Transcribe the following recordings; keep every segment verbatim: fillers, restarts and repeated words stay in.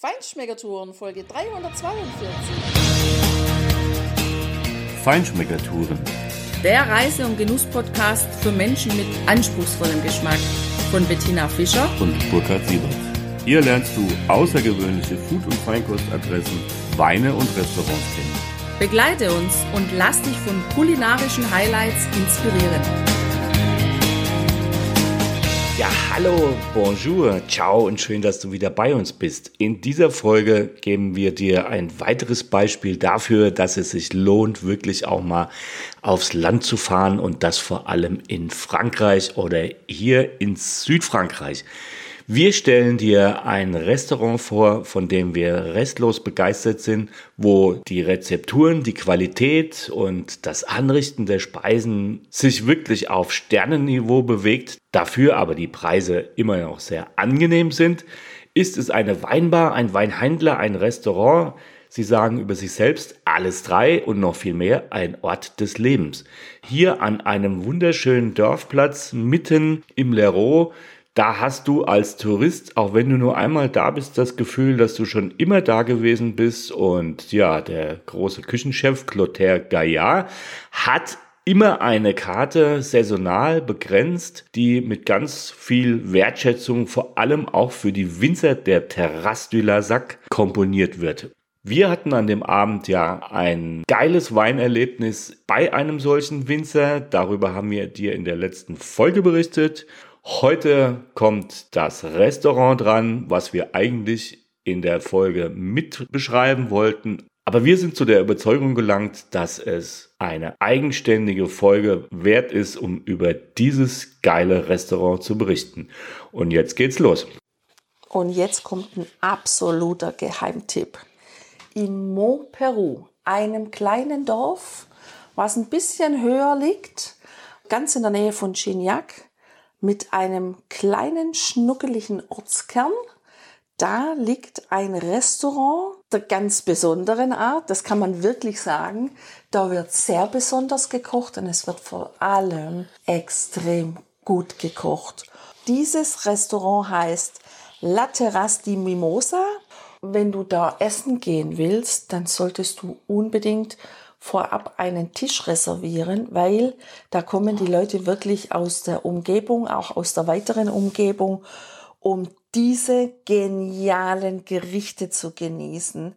Feinschmeckertouren, Folge dreihundertzweiundvierzig. Feinschmeckertouren. Der Reise- und Genuss-Podcast für Menschen mit anspruchsvollem Geschmack von Bettina Fischer und Burkhard Siebert. Hier lernst du außergewöhnliche Food- und Feinkostadressen, Weine und Restaurants kennen. Begleite uns und lass dich von kulinarischen Highlights inspirieren. Ja, hallo, bonjour, ciao und schön, dass du wieder bei uns bist. In dieser Folge geben wir dir ein weiteres Beispiel dafür, dass es sich lohnt, wirklich auch mal aufs Land zu fahren und das vor allem in Frankreich oder hier in Südfrankreich. Wir stellen dir ein Restaurant vor, von dem wir restlos begeistert sind, wo die Rezepturen, die Qualität und das Anrichten der Speisen sich wirklich auf Sternenniveau bewegt, dafür aber die Preise immer noch sehr angenehm sind. Ist es eine Weinbar, ein Weinhändler, ein Restaurant? Sie sagen über sich selbst alles drei und noch viel mehr, ein Ort des Lebens. Hier an einem wunderschönen Dorfplatz mitten im L'Hérault. Da hast du als Tourist, auch wenn du nur einmal da bist, das Gefühl, dass du schon immer da gewesen bist. Und ja, der große Küchenchef Clotaire Gaillard hat immer eine Karte, saisonal begrenzt, die mit ganz viel Wertschätzung vor allem auch für die Winzer der Terrasse du Larzac komponiert wird. Wir hatten an dem Abend ja ein geiles Weinerlebnis bei einem solchen Winzer. Darüber haben wir dir in der letzten Folge berichtet. Heute kommt das Restaurant dran, was wir eigentlich in der Folge mit beschreiben wollten. Aber wir sind zu der Überzeugung gelangt, dass es eine eigenständige Folge wert ist, um über dieses geile Restaurant zu berichten. Und jetzt geht's los. Und jetzt kommt ein absoluter Geheimtipp. In Montperoux, einem kleinen Dorf, was ein bisschen höher liegt, ganz in der Nähe von Gignac, mit einem kleinen, schnuckeligen Ortskern. Da liegt ein Restaurant der ganz besonderen Art. Das kann man wirklich sagen. Da wird sehr besonders gekocht und es wird vor allem extrem gut gekocht. Dieses Restaurant heißt La Terrasse di Mimosa. Wenn du da essen gehen willst, dann solltest du unbedingt vorab einen Tisch reservieren, weil da kommen die Leute wirklich aus der Umgebung, auch aus der weiteren Umgebung, um diese genialen Gerichte zu genießen.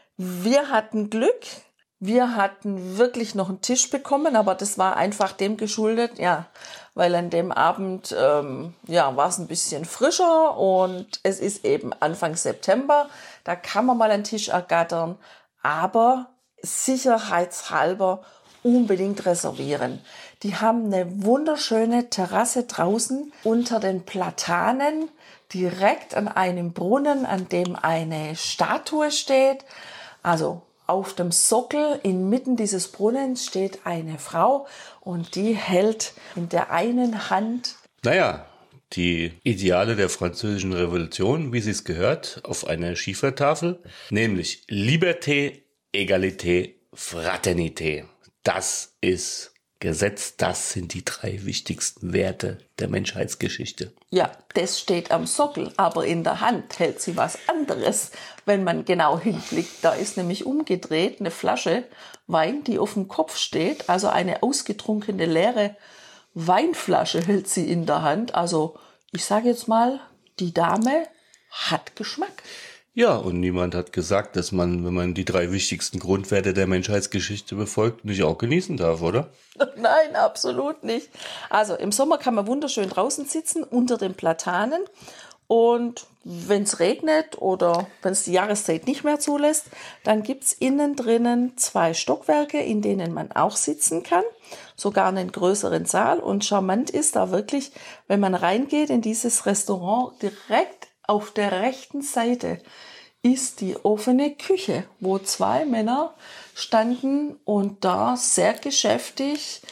Wir hatten Glück, wir hatten wirklich noch einen Tisch bekommen, aber das war einfach dem geschuldet, ja, weil an dem Abend ähm, ja, war es ein bisschen frischer und es ist eben Anfang September, da kann man mal einen Tisch ergattern, aber sicherheitshalber unbedingt reservieren. Die haben eine wunderschöne Terrasse draußen unter den Platanen, direkt an einem Brunnen, an dem eine Statue steht. Also auf dem Sockel inmitten dieses Brunnens steht eine Frau und die hält in der einen Hand, Naja, die Ideale der französischen Revolution, wie sie es gehört, auf einer Schiefertafel, nämlich Liberté, Egalité, Fraternité. Das ist Gesetz, das sind die drei wichtigsten Werte der Menschheitsgeschichte. ja, das steht am Sockel, aber in der Hand hält sie was anderes, wenn man genau hinblickt. Da ist nämlich umgedreht eine Flasche Wein, die auf dem Kopf steht, also eine ausgetrunkene leere Weinflasche hält sie in der Hand. Also ich sage jetzt mal, die Dame hat Geschmack. Ja, und niemand hat gesagt, dass man, wenn man die drei wichtigsten Grundwerte der Menschheitsgeschichte befolgt, nicht auch genießen darf, oder? Nein, absolut nicht. Also im Sommer kann man wunderschön draußen sitzen, unter den Platanen. Und wenn es regnet oder wenn es die Jahreszeit nicht mehr zulässt, dann gibt es innen drinnen zwei Stockwerke, in denen man auch sitzen kann. Sogar einen größeren Saal. Und charmant ist da wirklich, wenn man reingeht in dieses Restaurant, direkt auf der rechten Seite ist die offene Küche, wo zwei Männer standen und da sehr geschäftig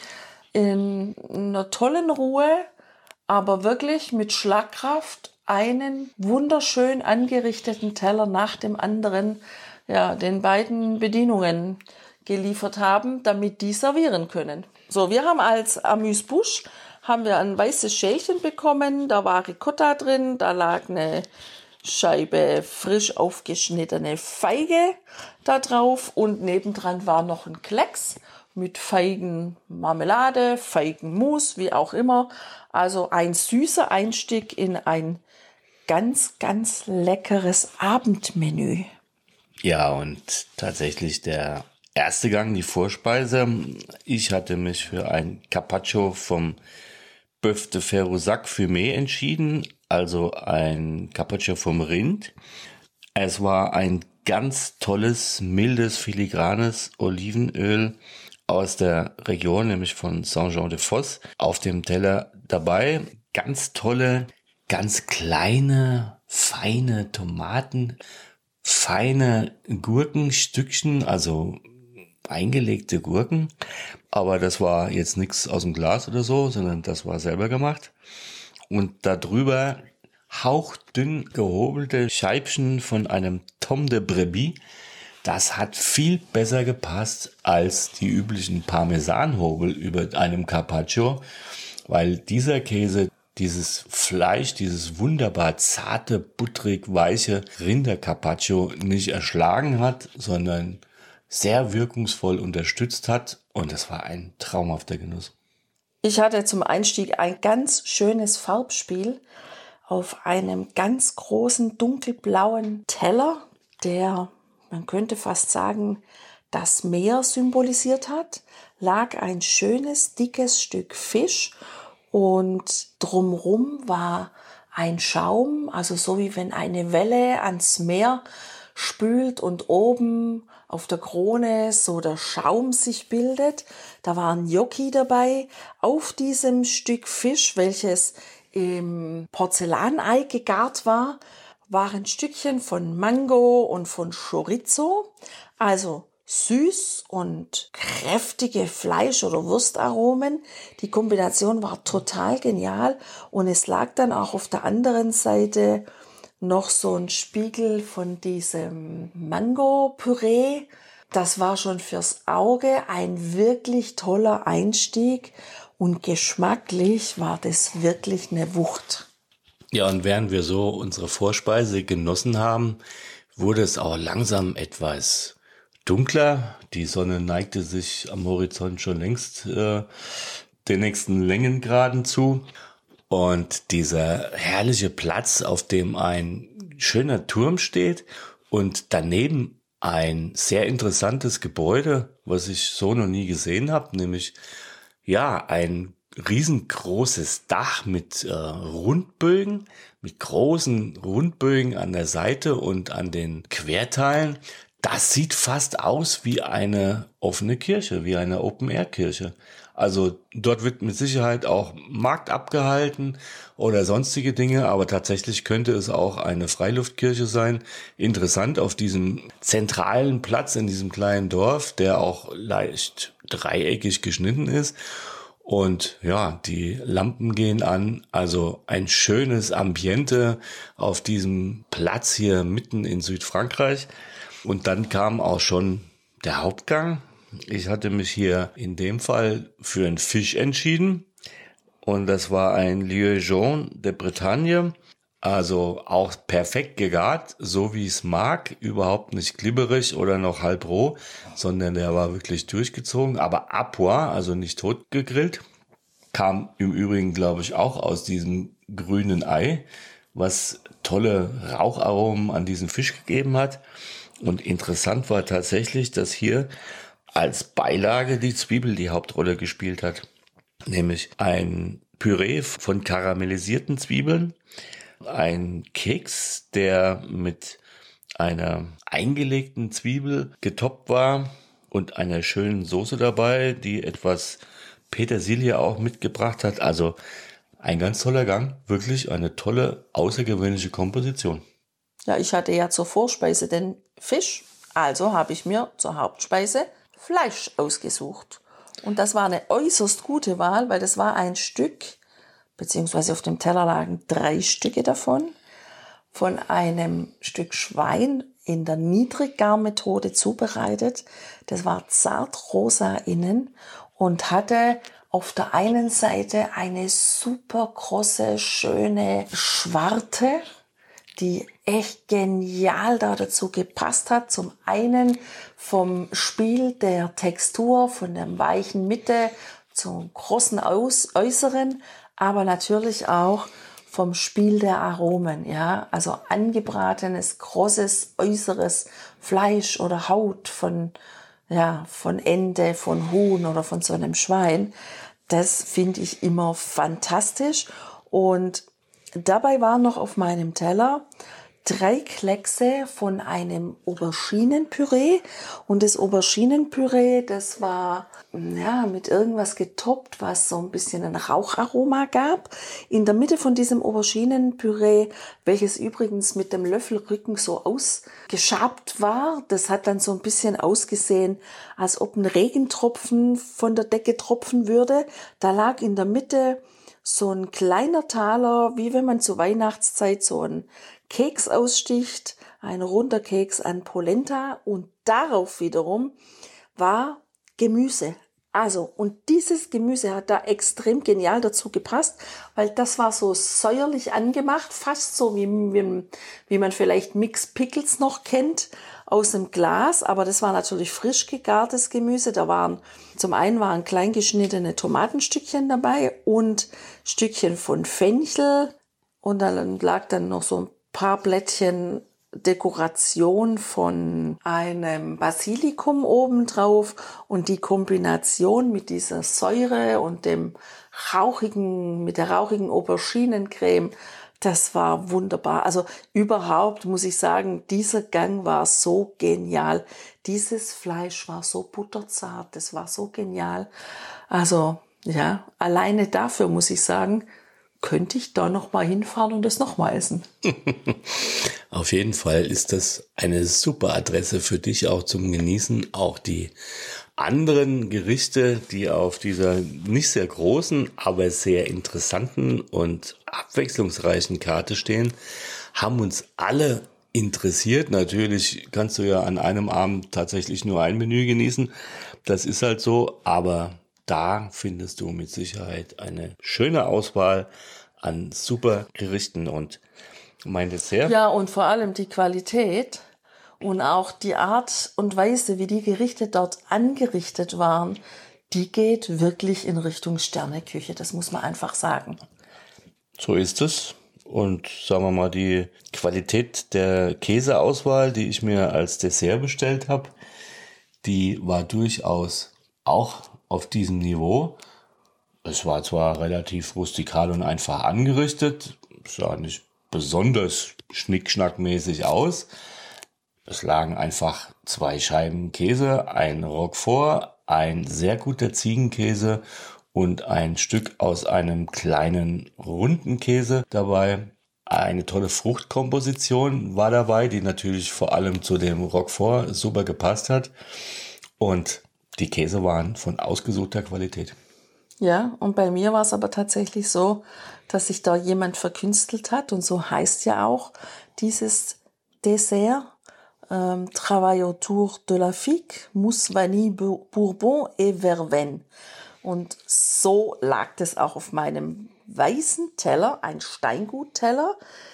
in einer tollen Ruhe, aber wirklich mit Schlagkraft einen wunderschön angerichteten Teller nach dem anderen, ja, den beiden Bedienungen geliefert haben, damit die servieren können. So, wir haben als Amuse-Bouche haben wir ein weißes Schälchen bekommen, da war Ricotta drin, da lag eine Scheibe frisch aufgeschnittene Feige da drauf und nebendran war noch ein Klecks mit Feigenmarmelade, Feigenmus, wie auch immer. Also ein süßer Einstieg in ein ganz, ganz leckeres Abendmenü. Ja, und tatsächlich der erste Gang, die Vorspeise. Ich hatte mich für ein Carpaccio vom Bœuf de Ferrosac Fumé entschieden, also ein Carpaccio vom Rind. Es war ein ganz tolles, mildes, filigranes Olivenöl aus der Region, nämlich von Saint-Jean-de-Fosse, auf dem Teller dabei. Ganz tolle, ganz kleine, feine Tomaten, feine Gurkenstückchen, also eingelegte Gurken, aber das war jetzt nichts aus dem Glas oder so, sondern das war selber gemacht. Und darüber hauchdünn gehobelte Scheibchen von einem Tome de Brebis. Das hat viel besser gepasst als die üblichen Parmesanhobel über einem Carpaccio, weil dieser Käse dieses Fleisch, dieses wunderbar zarte, butterig weiche Rinder-Carpaccio nicht erschlagen hat, sondern sehr wirkungsvoll unterstützt hat, und es war ein traumhafter Genuss. Ich hatte zum Einstieg ein ganz schönes Farbspiel auf einem ganz großen dunkelblauen Teller, der, man könnte fast sagen, das Meer symbolisiert hat, lag ein schönes, dickes Stück Fisch und drumherum war ein Schaum, also so wie wenn eine Welle ans Meer spült und oben auf der Krone so der Schaum sich bildet. Da war ein Gnocchi dabei. Auf diesem Stück Fisch, welches im Porzellanei gegart war, waren Stückchen von Mango und von Chorizo, also süß und kräftige Fleisch- oder Wurstaromen. Die Kombination war total genial und es lag dann auch auf der anderen Seite noch so ein Spiegel von diesem Mango-Püree. Das war schon fürs Auge ein wirklich toller Einstieg und geschmacklich war das wirklich eine Wucht. Ja, und während wir so unsere Vorspeise genossen haben, wurde es auch langsam etwas dunkler. Die Sonne neigte sich am Horizont schon längst äh, den nächsten Längengraden zu. Und dieser herrliche Platz, auf dem ein schöner Turm steht und daneben ein sehr interessantes Gebäude, was ich so noch nie gesehen habe, nämlich ja ein riesengroßes Dach mit äh, Rundbögen, mit großen Rundbögen an der Seite und an den Querteilen. Das sieht fast aus wie eine offene Kirche, wie eine Open-Air-Kirche. Also dort wird mit Sicherheit auch Markt abgehalten oder sonstige Dinge, aber tatsächlich könnte es auch eine Freiluftkirche sein. Interessant auf diesem zentralen Platz in diesem kleinen Dorf, der auch leicht dreieckig geschnitten ist. Und ja, die Lampen gehen an, also ein schönes Ambiente auf diesem Platz hier mitten in Südfrankreich. Und dann kam auch schon der Hauptgang. Ich hatte mich hier in dem Fall für einen Fisch entschieden und das war ein Liaison de Bretagne, also auch perfekt gegart, so wie ich es mag, überhaupt nicht glibberig oder noch halb roh, sondern der war wirklich durchgezogen, aber à point, also nicht tot gegrillt, kam im Übrigen, glaube ich, auch aus diesem grünen Ei, was tolle Raucharomen an diesen Fisch gegeben hat. Und interessant war tatsächlich, dass hier als Beilage die Zwiebel die Hauptrolle gespielt hat. Nämlich ein Püree von karamellisierten Zwiebeln, ein Keks, der mit einer eingelegten Zwiebel getoppt war und einer schönen Soße dabei, die etwas Petersilie auch mitgebracht hat. Also ein ganz toller Gang, wirklich eine tolle, außergewöhnliche Komposition. Ja, ich hatte ja zur Vorspeise den Fisch, also habe ich mir zur Hauptspeise Fleisch ausgesucht. Und das war eine äußerst gute Wahl, weil das war ein Stück, beziehungsweise auf dem Teller lagen drei Stücke davon, von einem Stück Schwein in der Niedriggarmethode zubereitet. Das war zart rosa innen und hatte auf der einen Seite eine super große, schöne Schwarte, die echt genial da dazu gepasst hat. Zum einen vom Spiel der Textur, von der weichen Mitte zum großen Aus- Äußeren, aber natürlich auch vom Spiel der Aromen, ja, also angebratenes, großes, äußeres Fleisch oder Haut von, ja, von Ente, von Huhn oder von so einem Schwein. Das finde ich immer fantastisch. Und dabei waren noch auf meinem Teller drei Kleckse von einem Auberginenpüree. Und das Auberginenpüree, das war ja mit irgendwas getoppt, was so ein bisschen ein Raucharoma gab. In der Mitte von diesem Auberginenpüree, welches übrigens mit dem Löffelrücken so ausgeschabt war, das hat dann so ein bisschen ausgesehen, als ob ein Regentropfen von der Decke tropfen würde. Da lag in der Mitte so ein kleiner Taler, wie wenn man zur Weihnachtszeit so einen Keks aussticht, ein runder Keks an Polenta, und darauf wiederum war Gemüse. Also, und dieses Gemüse hat da extrem genial dazu gepasst, weil das war so säuerlich angemacht, fast so wie, wie, wie man vielleicht Mixed Pickles noch kennt aus dem Glas, aber das war natürlich frisch gegartes Gemüse. Da waren, zum einen waren klein geschnittene Tomatenstückchen dabei und Stückchen von Fenchel, und dann lag dann noch so ein paar Blättchen Dekoration von einem Basilikum obendrauf, und die Kombination mit dieser Säure und dem rauchigen, mit der rauchigen Auberginencreme, das war wunderbar. Also überhaupt muss ich sagen, dieser Gang war so genial. Dieses Fleisch war so butterzart, das war so genial. Also ja, alleine dafür muss ich sagen, könnte ich da noch mal hinfahren und das noch mal essen. Auf jeden Fall ist das eine super Adresse für dich auch zum Genießen. Auch die anderen Gerichte, die auf dieser nicht sehr großen, aber sehr interessanten und abwechslungsreichen Karte stehen, haben uns alle interessiert. Natürlich kannst du ja an einem Abend tatsächlich nur ein Menü genießen. Das ist halt so, aber da findest du mit Sicherheit eine schöne Auswahl an super Gerichten. Und mein Dessert? Ja, und vor allem die Qualität und auch die Art und Weise, wie die Gerichte dort angerichtet waren, die geht wirklich in Richtung Sterneküche. Das muss man einfach sagen. So ist es. Und sagen wir mal, die Qualität der Käseauswahl, die ich mir als Dessert bestellt habe, die war durchaus auch auf diesem Niveau. Es war zwar relativ rustikal und einfach angerichtet, sah nicht besonders schnickschnackmäßig aus. Es lagen einfach zwei Scheiben Käse, ein Roquefort, ein sehr guter Ziegenkäse und ein Stück aus einem kleinen runden Käse dabei. Eine tolle Fruchtkomposition war dabei, die natürlich vor allem zu dem Roquefort super gepasst hat. Und die Käse waren von ausgesuchter Qualität. Ja, und bei mir war es aber tatsächlich so, dass sich da jemand verkünstelt hat, und so heißt ja auch dieses Dessert, ähm, Travail autour de la figue, Mousse Vanille Bourbon et Verveine. Und so lag das auch auf meinem weißen Teller, ein Steingutteller,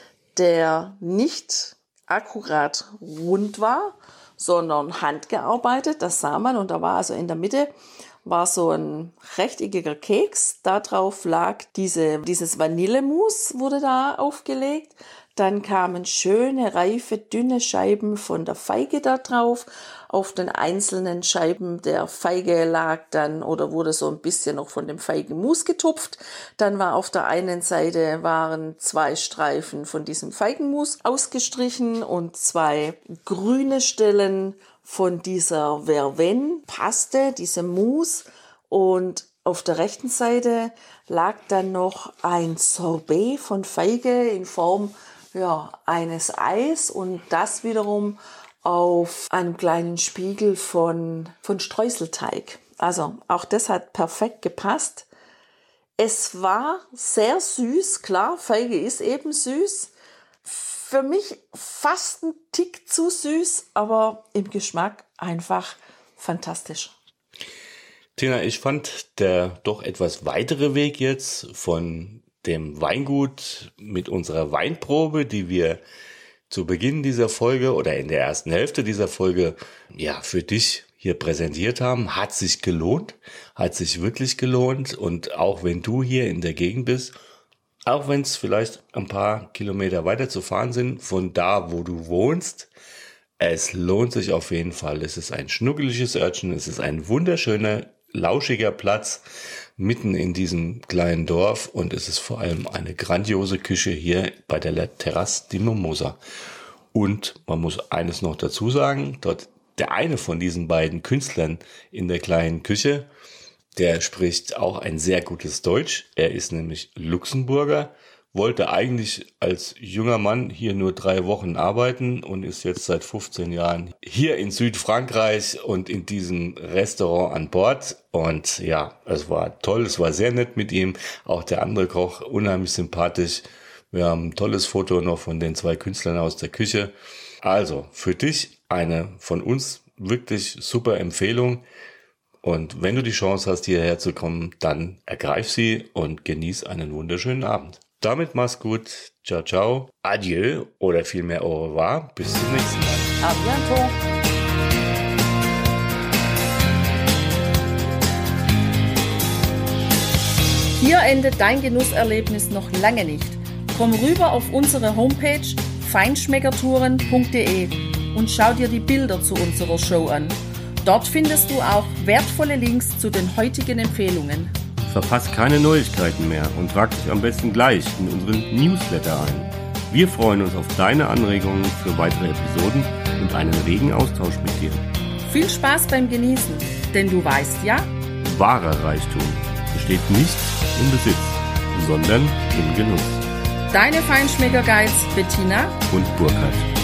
der nicht akkurat rund war, sondern handgearbeitet. Das sah man, und da war also in der Mitte war so ein rechteckiger Keks. Da drauf lag diese, dieses Vanillemousse, wurde da aufgelegt. Dann kamen schöne, reife, dünne Scheiben von der Feige da drauf. Auf den einzelnen Scheiben der Feige lag dann oder wurde so ein bisschen noch von dem Feigenmus getupft. Dann war auf der einen Seite waren zwei Streifen von diesem Feigenmus ausgestrichen und zwei grüne Stellen von dieser Verveine-Paste, diesem Mousse. Und auf der rechten Seite lag dann noch ein Sorbet von Feige in Form ja, eines Eis, und das wiederum auf einem kleinen Spiegel von, von Streuselteig. Also auch das hat perfekt gepasst. Es war sehr süß, klar, Feige ist eben süß. Für mich fast ein Tick zu süß, aber im Geschmack einfach fantastisch. Tina, ich fand der doch etwas weitere Weg jetzt von dem Weingut mit unserer Weinprobe, die wir zu Beginn dieser Folge oder in der ersten Hälfte dieser Folge ja für dich hier präsentiert haben, hat sich gelohnt, hat sich wirklich gelohnt. Und auch wenn du hier in der Gegend bist, auch wenn es vielleicht ein paar Kilometer weiter zu fahren sind von da, wo du wohnst, es lohnt sich auf jeden Fall. Es ist ein schnuckeliges Örtchen, es ist ein wunderschöner, lauschiger Platz mitten in diesem kleinen Dorf und es ist vor allem eine grandiose Küche hier bei der Terrasse di Mimosa. Und man muss eines noch dazu sagen, dort der eine von diesen beiden Künstlern in der kleinen Küche, der spricht auch ein sehr gutes Deutsch. Er ist nämlich Luxemburger, wollte eigentlich als junger Mann hier nur drei Wochen arbeiten und ist jetzt seit fünfzehn Jahren hier in Südfrankreich und in diesem Restaurant an Bord. Und ja, es war toll, es war sehr nett mit ihm. Auch der andere Koch, unheimlich sympathisch. Wir haben ein tolles Foto noch von den zwei Künstlern aus der Küche. Also für dich eine von uns wirklich super Empfehlung. Und wenn du die Chance hast, hierher zu kommen, dann ergreif sie und genieß einen wunderschönen Abend. Damit mach's gut. Ciao, ciao. Adieu oder vielmehr au revoir. Bis zum nächsten Mal. À bientôt. Hier endet dein Genusserlebnis noch lange nicht. Komm rüber auf unsere Homepage feinschmeckertouren punkt de und schau dir die Bilder zu unserer Show an. Dort findest du auch wertvolle Links zu den heutigen Empfehlungen. Verpasst keine Neuigkeiten mehr und trag dich am besten gleich in unseren Newsletter ein. Wir freuen uns auf deine Anregungen für weitere Episoden und einen regen Austausch mit dir. Viel Spaß beim Genießen, denn du weißt ja, wahrer Reichtum besteht nicht im Besitz, sondern im Genuss. Deine Feinschmecker-Guides Bettina und Burkhard.